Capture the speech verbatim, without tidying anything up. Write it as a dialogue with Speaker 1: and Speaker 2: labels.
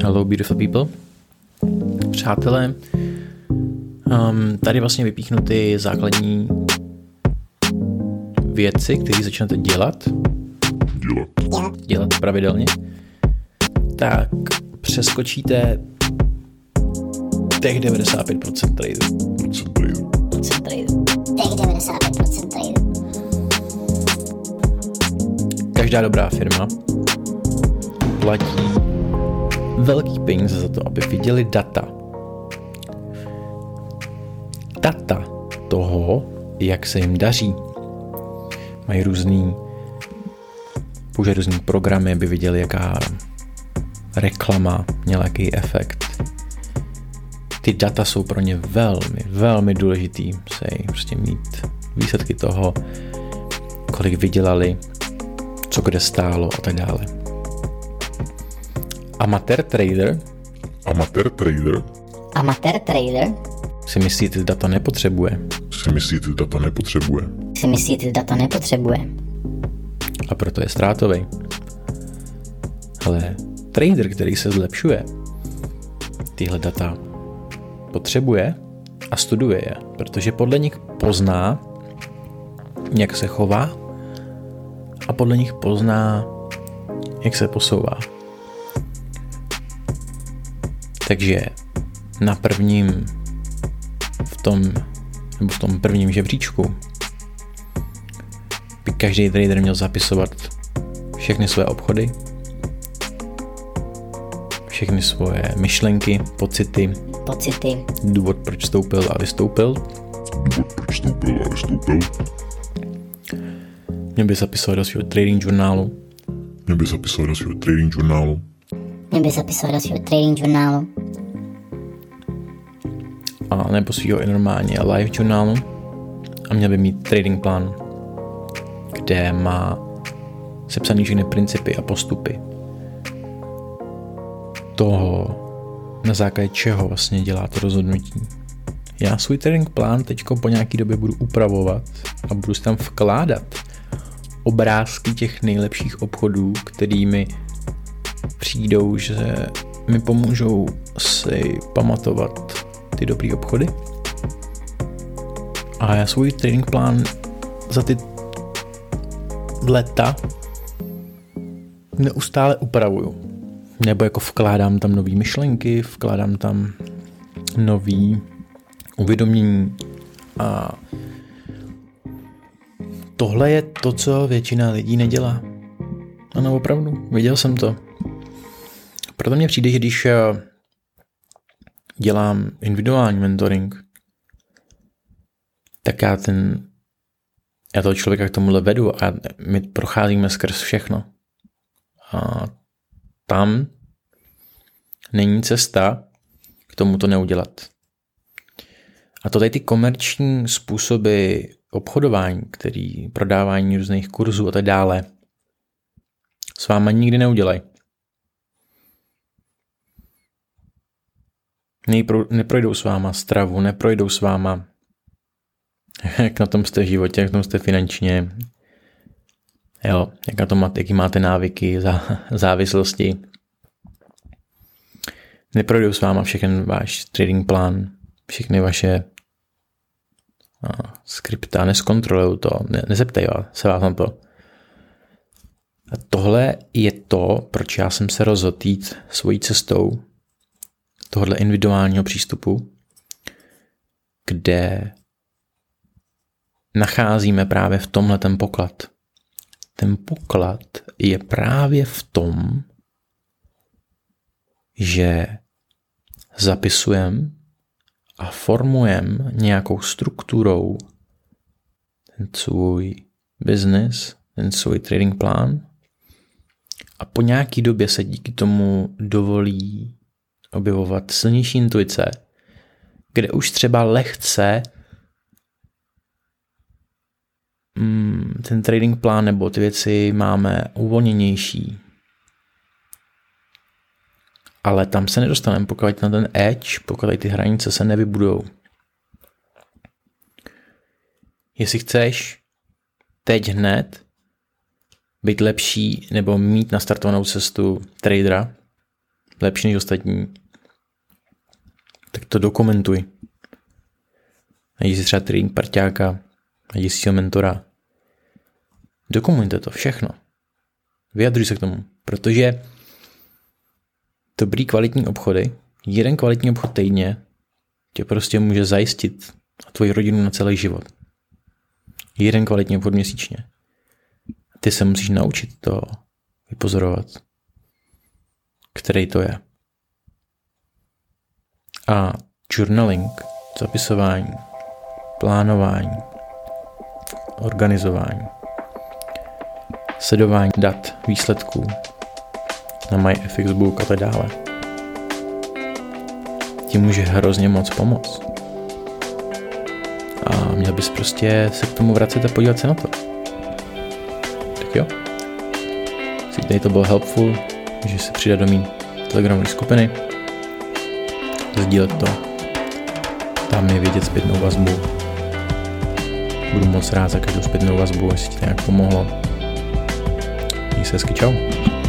Speaker 1: Hello beautiful people. Přátelé, um, tady vlastně vypíchnu ty základní věci, které začnete dělat.
Speaker 2: Dělat.
Speaker 1: Dělat pravidelně. Tak přeskočíte těch devadesát pět procent traderů.
Speaker 2: Procent traderů. Těch devadesát pět procent traderů.
Speaker 1: Každá dobrá firma platí velký peníze za to, aby viděli data. Data toho, jak se jim daří. Mají různý, používají různý programy, aby viděli, jaká reklama měla jaký efekt. Ty data jsou pro ně velmi, velmi důležitý, musí prostě mít výsledky toho, kolik vydělali, co kde stálo a tak dále. Amatér trader
Speaker 3: Amatér trader
Speaker 2: Amatér trader
Speaker 1: si myslí, že ty data nepotřebuje.
Speaker 3: si myslí, že ty data nepotřebuje.
Speaker 2: si myslí, že data nepotřebuje.
Speaker 1: A proto je ztrátový. Ale trader, který se zlepšuje, tyhle data potřebuje a studuje je, protože podle nich pozná, jak se chová a podle nich pozná, jak se posouvá. Takže na prvním v tom, nebo v tom prvním žebříčku by každý trader měl zapisovat všechny své obchody, všechny svoje myšlenky, pocity,
Speaker 2: Pocity.
Speaker 1: důvod, proč vstoupil a vystoupil.
Speaker 3: Důvod, proč vstoupil a vystoupil.
Speaker 1: Měl by zapisovat do svého trading žurnálu.
Speaker 3: Měl by zapisovat do svého trading žurnálu.
Speaker 2: Měl by zapisovat do svého trading žurnálu.
Speaker 1: A nebo svého i normálně live žurnálu. A měl by mít trading plán, kde má sepsaný všechny principy a postupy toho, na základě čeho vlastně dělá to rozhodnutí. Já svůj trading plán teďko po nějaký době budu upravovat a budu si tam vkládat obrázky těch nejlepších obchodů, kterými přijdou, že mi pomůžou si pamatovat ty dobrý obchody. A já svůj trading plán za ty leta neustále upravuju. Nebo jako vkládám tam nový myšlenky, vkládám tam nový uvědomění a tohle je to, co většina lidí nedělá. Ano, opravdu, viděl jsem to. Proto mně přijde, že když dělám individuální mentoring, tak já ten já toho člověka k tomuhle vedu a my procházíme skrz všechno. A tam není cesta k tomu to neudělat. A to tady ty komerční způsoby obchodování, který prodávání různých kurzů a tak dále, s váma nikdy neudělají. Neprojdou s váma stravu, neprojdou s váma, jak na tom jste v životě, jak na tom jste finančně, jo, jak na tom máte, jaký máte návyky, závislosti. Neprojdou s váma všechny váš trading plán, všechny vaše no, skripta, neskontrolujou to, ne, nezeptají se vás na to. A tohle je to, proč já jsem se rozhodl jít svojí cestou tohohle individuálního přístupu, kde nacházíme právě v tomhle ten poklad. Ten poklad je právě v tom, že zapisujeme a formujeme nějakou strukturou ten svůj business, ten svůj trading plán a po nějaký době se díky tomu dovolí objevovat silnější intuice, kde už třeba lehce mm, ten trading plán nebo ty věci máme uvolněnější. Ale tam se nedostaneme, pokud na ten edge, pokud ty hranice se nevybudujou. Jestli chceš teď hned být lepší nebo mít nastartovanou cestu tradera, lepší než ostatní, tak to dokumentuj. Najdi si třeba trénink parťáka, najdi si mentora. Dokumentujte to všechno. Vyjadruj se k tomu, protože dobrý kvalitní obchody, jeden kvalitní obchod týdně tě prostě může zajistit a tvoji rodinu na celý život. Jeden kvalitní obchod měsíčně. Ty se musíš naučit to vypozorovat, který to je. A journaling, zapisování, plánování, organizování, sledování dat, výsledků na MyFXBook a tak dále. Ti může hrozně moc pomoct. A měl bys prostě se k tomu vracet a podívat se na to. Tak jo. Jestli to bylo helpful, můžeš se přidat do mý telegramové skupiny, sdílet to, tam mi vědět zpětnou vazbu. Budu moc rád za každou zpětnou vazbu, jestli ti to nějak pomohlo. Měj se hezky, čau.